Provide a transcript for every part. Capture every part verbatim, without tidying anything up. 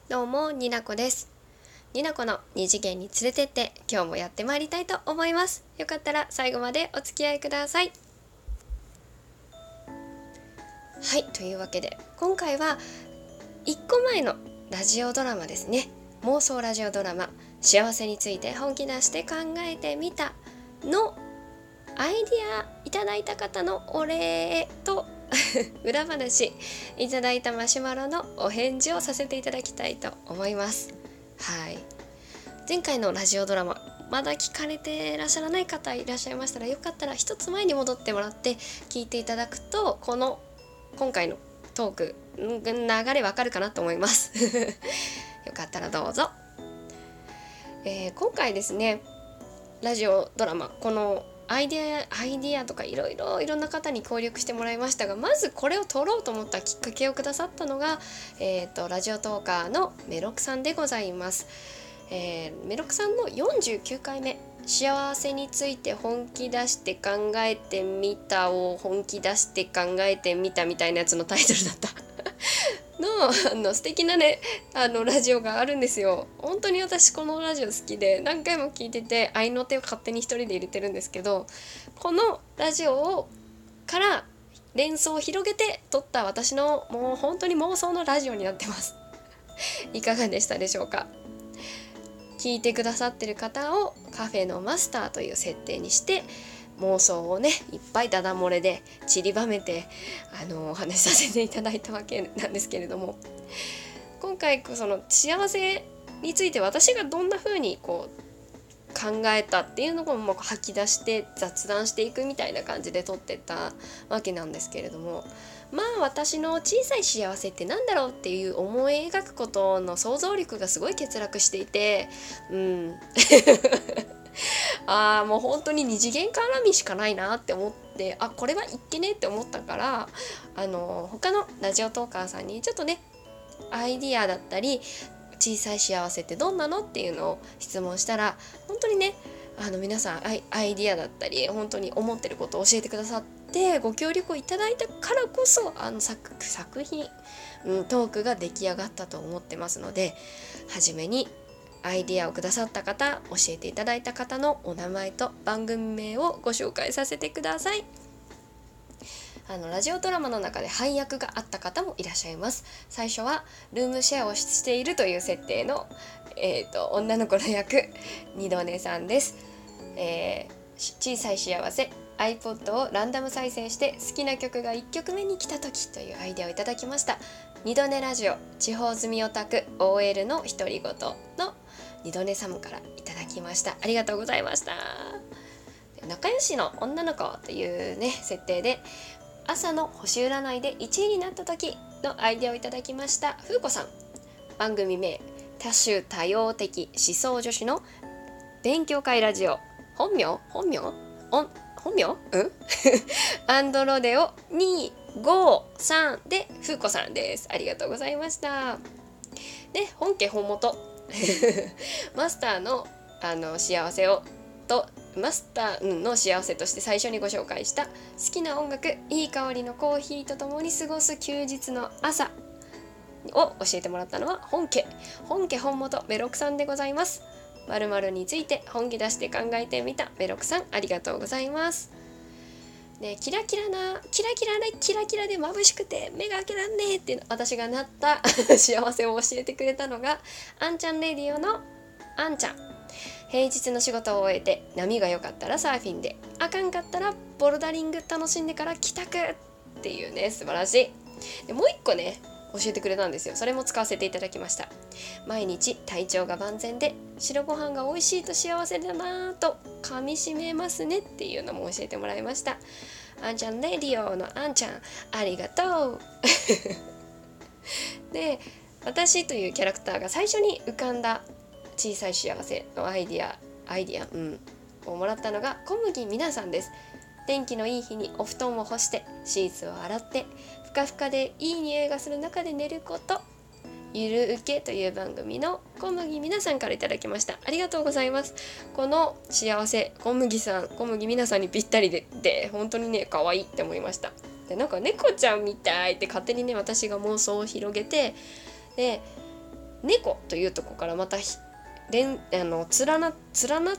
どうも、になこです。になこの二次元に連れてって今日もやってまいりたいと思います。よかったら最後までお付き合いください。はい、というわけで今回はいっこまえのラジオドラマですね。妄想ラジオドラマ幸せについて本気出して考えてみたのアイディアいただいた方のお礼と裏話いただいたマシュマロのお返事をさせていただきたいと思います。はい、前回のラジオドラマまだ聞かれていらっしゃらない方いらっしゃいましたら、よかったら一つ前に戻ってもらって聞いていただくと、この今回のトーク流れわかるかなと思いますよかったらどうぞ。えー、今回ですね、ラジオドラマこのアイデアアイディアとかいろいろいろんな方に協力してもらいましたが、まずこれを撮ろうと思ったきっかけをくださったのが、えーと、ラジオトーカーのメロクさんでございます。えー、メロクさんのよんじゅうきゅうかいめ幸せについて本気出して考えてみたを本気出して考えてみたみたいなやつのタイトルだったの, あの素敵なねあのラジオがあるんですよ。本当に私このラジオ好きで何回も聞いてて、合いの手を勝手に一人で入れてるんですけど、このラジオをから連想を広げて撮った私のもう本当に妄想のラジオになってますいかがでしたでしょうか。聞いてくださってる方をカフェのマスターという設定にして妄想をねいっぱいダダ漏れで散りばめてあのお話しさせていただいたわけなんですけれども、今回その幸せについて私がどんな風にこう考えたっていうのをもう吐き出して雑談していくみたいな感じで撮ってたわけなんですけれども、まあ私の小さい幸せってなんだろうっていう思い描くことの想像力がすごい欠落していて、うんあーもう本当に二次元絡みしかないなって思って、あこれはいっけねって思ったから、あの他のラジオトーカーさんにちょっとねアイディアだったり小さい幸せってどんなのっていうのを質問したら、本当にねあの皆さんアイ、アイディアだったり本当に思ってることを教えてくださってご協力をいただいたからこそあの 作, 作品、うん、トークが出来上がったと思ってますので、初めにアイディアをくださった方、教えていただいた方のお名前と番組名をご紹介させてください。あのラジオドラマの中で配役があった方もいらっしゃいます。最初はルームシェアをしているという設定の、えー、と女の子の役二度寝さんです。えー、小さい幸せ iPod をランダム再生して好きな曲がいっきょくめに来た時というアイデアをいただきました。二度寝ラジオ地方住みオタク オーエル の独り言の二度寝サムからいただきました。ありがとうございました。仲良しの女の子というね設定で朝の星占いでいちいになった時のアイデアをいただきましたふうこさん。番組名多種多様的思想女子の勉強会ラジオ。本名本名本名うんアンドロデオにごさんでふうこさんです。ありがとうございました。で本家本元マスターのあの幸せをとマスターの幸せとして最初にご紹介した好きな音楽、いい香りのコーヒーとともに過ごす休日の朝を教えてもらったのは本家本家本元メロクさんでございます。〇〇について本気出して考えてみたメロクさん、ありがとうございます。でキラキラなキラキラでキラキラで眩しくて目が開けらんねえって私がなった幸せを教えてくれたのがあんちゃんレディオのあんちゃん。平日の仕事を終えて波が良かったらサーフィンで、あかんかったらボルダリング楽しんでから帰宅っていうね、素晴らしい。でもう一個ね教えてくれたんですよ。それも使わせていただきました。毎日体調が万全で白ご飯が美味しいと幸せだなぁと噛み締めますねっていうのも教えてもらいました。あんちゃんレディオのあんちゃん、ありがとうで私というキャラクターが最初に浮かんだ小さい幸せのアイディアアイディア、うん、をもらったのが小麦みなさんです。天気のいい日にお布団を干してシーツを洗ってふかふかでいい匂いがする中で寝ること、ゆるうけという番組の小麦みなさんからいただきました。ありがとうございます。この幸せ小麦さん小麦みなさんにぴったりで、で本当にね可愛いって思いました。でなんか猫ちゃんみたいって勝手にね私が妄想を広げて、で猫というところからまた連あの連な連なって、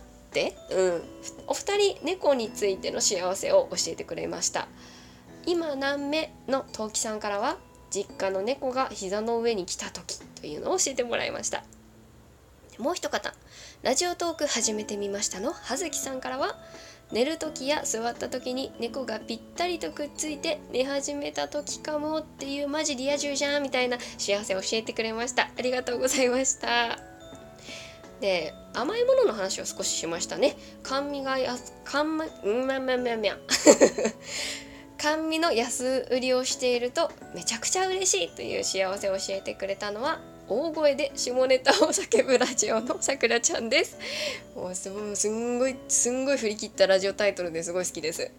うん、お二人猫についての幸せを教えてくれました。今何目の陶器さんからは、実家の猫が膝の上に来た時というのを教えてもらいました。もう一方、ラジオトーク始めてみましたのはずきさんからは、寝る時や座った時に猫がぴったりとくっついて寝始めた時かもっていう、マジリア充じゃんみたいな幸せを教えてくれました。ありがとうございました。で、甘いものの話を少ししましたね。甘味がや甘味うんまんまんまんまん甘味の安売りをしているとめちゃくちゃ嬉しいという幸せを教えてくれたのは、大声で下ネタを叫ぶラジオのさくらちゃんです。もうすんごいすんごい振り切ったラジオタイトルですごい好きです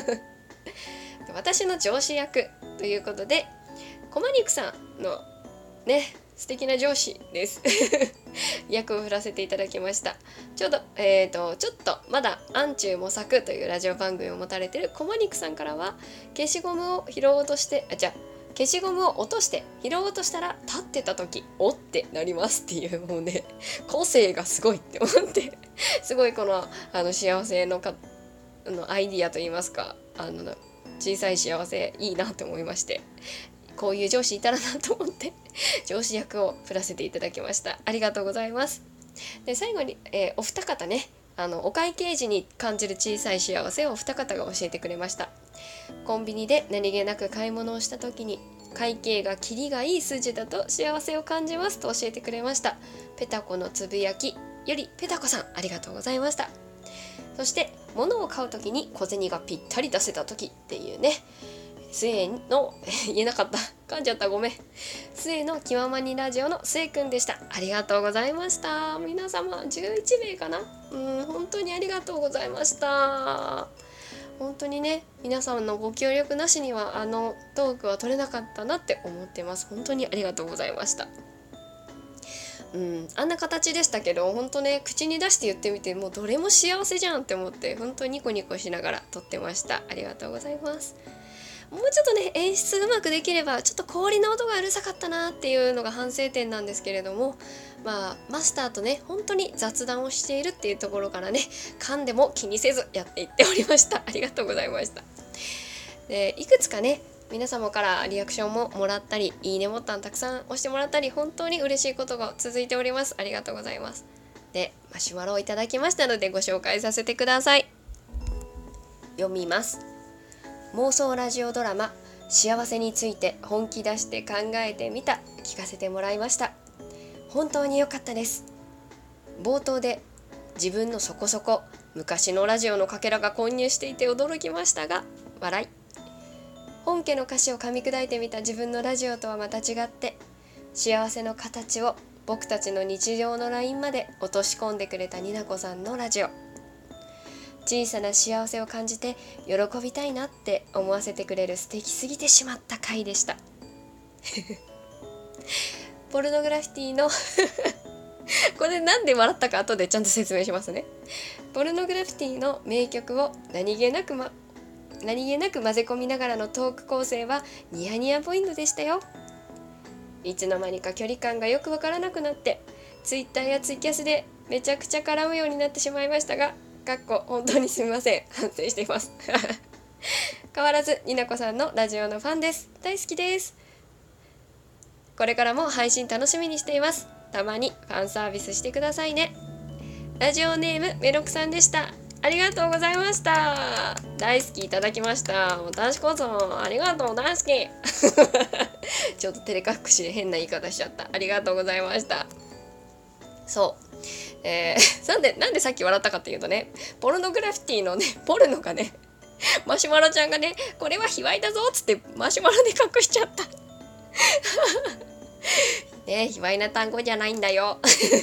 私の上司役ということで、こま肉さんのね素敵な上司です役を振らせていただきました。ちょうどえーとちょっとまだ暗中模索というラジオ番組を持たれているこま肉さんからは、消しゴムを拾おうとしてあじゃあ消しゴムを落として拾おうとしたら立ってた時おってなりますっていう、もうね個性がすごいって思ってすごいこのあの幸せのかあのアイディアといいますか、あの小さい幸せいいなと思いまして、こういう上司いたらなと思って上司役を振らせていただきました。ありがとうございます。で最後に、えー、お二方ね、あのお会計時に感じる小さい幸せをお二方が教えてくれました。コンビニで何気なく買い物をした時に会計がキリがいい数字だと幸せを感じますと教えてくれました。ペタコのつぶやきよりペタコさん、ありがとうございました。そして物を買う時に小銭がぴったり出せた時っていうね、末の言えなかった噛んじゃったごめん末の気ままにラジオの末くんでした。ありがとうございました。皆様じゅういちめいかな、うん本当にありがとうございました。本当にね、皆さんのご協力なしにはあのトークは取れなかったなって思ってます。本当にありがとうございました。うん、あんな形でしたけど、本当ね口に出して言ってみてもうどれも幸せじゃんって思って、本当にニコニコしながら撮ってました。ありがとうございます。もうちょっとね演出うまくできれば、ちょっと氷の音がうるさかったなっていうのが反省点なんですけれども、まあマスターとね本当に雑談をしているっていうところからね、噛んでも気にせずやっていっておりました。ありがとうございました。でいくつかね皆様からリアクションももらったり、いいねボタンたくさん押してもらったり、本当に嬉しいことが続いております。ありがとうございます。でマシュマロをいただきましたのでご紹介させてください。読みます。妄想ラジオドラマ幸せについて本気出して考えてみた聞かせてもらいました。本当に良かったです。冒頭で自分のそこそこ昔のラジオのかけらが混入していて驚きましたが笑い。本家の歌詞を噛み砕いてみた自分のラジオとはまた違って、幸せの形を僕たちの日常のラインまで落とし込んでくれたになこさんのラジオ、小さな幸せを感じて喜びたいなって思わせてくれる素敵すぎてしまった回でしたポルノグラフィティのこれなんで笑ったか後でちゃんと説明しますね。ポルノグラフィティの名曲を何気なく、ま、何気なく混ぜ込みながらのトーク構成はニヤニヤポイントでしたよ。いつの間にか距離感がよくわからなくなって、ツイッターやツイキャスでめちゃくちゃ絡むようになってしまいましたが、かっこ本当にすみません、反省しています変わらずになこさんのラジオのファンです。大好きです。これからも配信楽しみにしています。たまにファンサービスしてくださいね。ラジオネームメロクさんでした。ありがとうございました。大好きいただきました。私こそありがとう、大好きちょっと照れ隠しで変な言い方しちゃった。ありがとうございました。そうえー、なんでなんでさっき笑ったかっていうとね、ポルノグラフィティのねポルノがねマシュマロちゃんがねこれは卑猥だぞっつってマシュマロで隠しちゃったね、卑猥な単語じゃないんだよ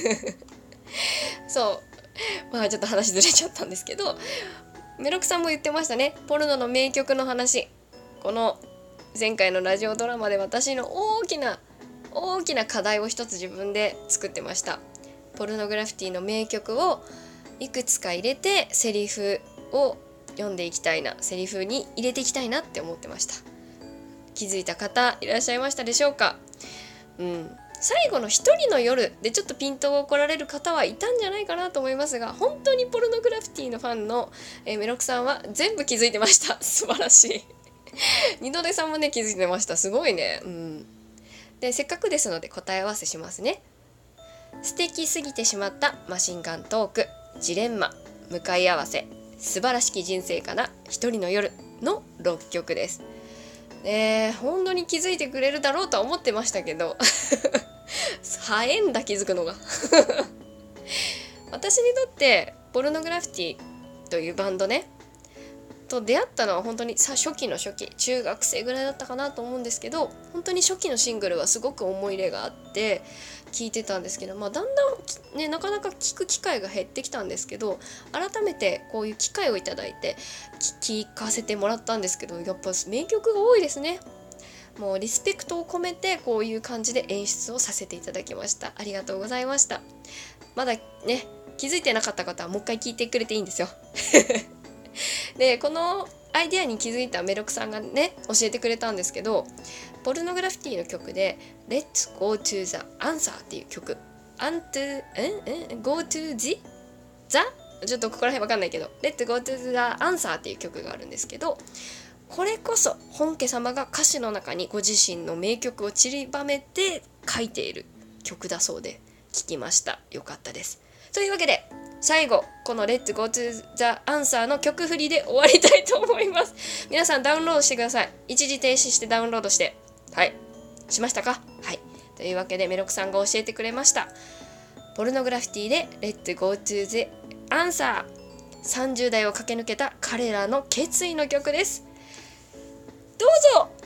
そうまあちょっと話ずれちゃったんですけど、メロクさんも言ってましたね、ポルノの名曲の話。この前回のラジオドラマで私の大きな大きな課題を一つ自分で作ってました。ポルノグラフィティの名曲をいくつか入れてセリフを読んでいきたいな、セリフに入れていきたいなって思ってました。気づいた方いらっしゃいましたでしょうか。うん、 最後の一人の夜でちょっとピントが怒られる方はいたんじゃないかなと思いますが、本当にポルノグラフィティのファンの、えー、メロクさんは全部気づいてました。素晴らしい。二度寝さんもね気づいてました。すごいね。うん。でせっかくですので答え合わせしますね。素敵すぎてしまったマシンガントーク、ジレンマ、向かい合わせ、素晴らしき人生かな、一人の夜のろっきょくです。えー、本当に気づいてくれるだろうとは思ってましたけど早いんだ気づくのが私にとってポルノグラフィティというバンドねと出会ったのは本当にさ初期の初期中学生ぐらいだったかなと思うんですけど、本当に初期のシングルはすごく思い入れがあって聴いてたんですけど、まあ、だんだん、ね、なかなか聴く機会が減ってきたんですけど、改めてこういう機会をいただいて聴かせてもらったんですけど、やっぱ名曲が多いですね。もうリスペクトを込めてこういう感じで演出をさせていただきました。ありがとうございました。まだね気づいてなかった方はもう一回聞いてくれていいんですよでこのアイデアに気づいたメロクさんがね教えてくれたんですけど、ポルノグラフィティの曲で Let's Go to the Answer っていう曲、アントゥんん Go to the the ちょっとここら辺わかんないけど Let's Go to the Answer っていう曲があるんですけど、これこそ本家様が歌詞の中にご自身の名曲を散りばめて書いている曲だそうで聞きました。よかったです。というわけで最後この Let's Go to the Answer の曲振りで終わりたいと思います。皆さんダウンロードしてください。一時停止してダウンロードしてはいしましたか。はいというわけでメロクさんが教えてくれましたポルノグラフィティで Let's Go to the Answer、 さんじゅう代を駆け抜けた彼らの決意の曲です。どうぞ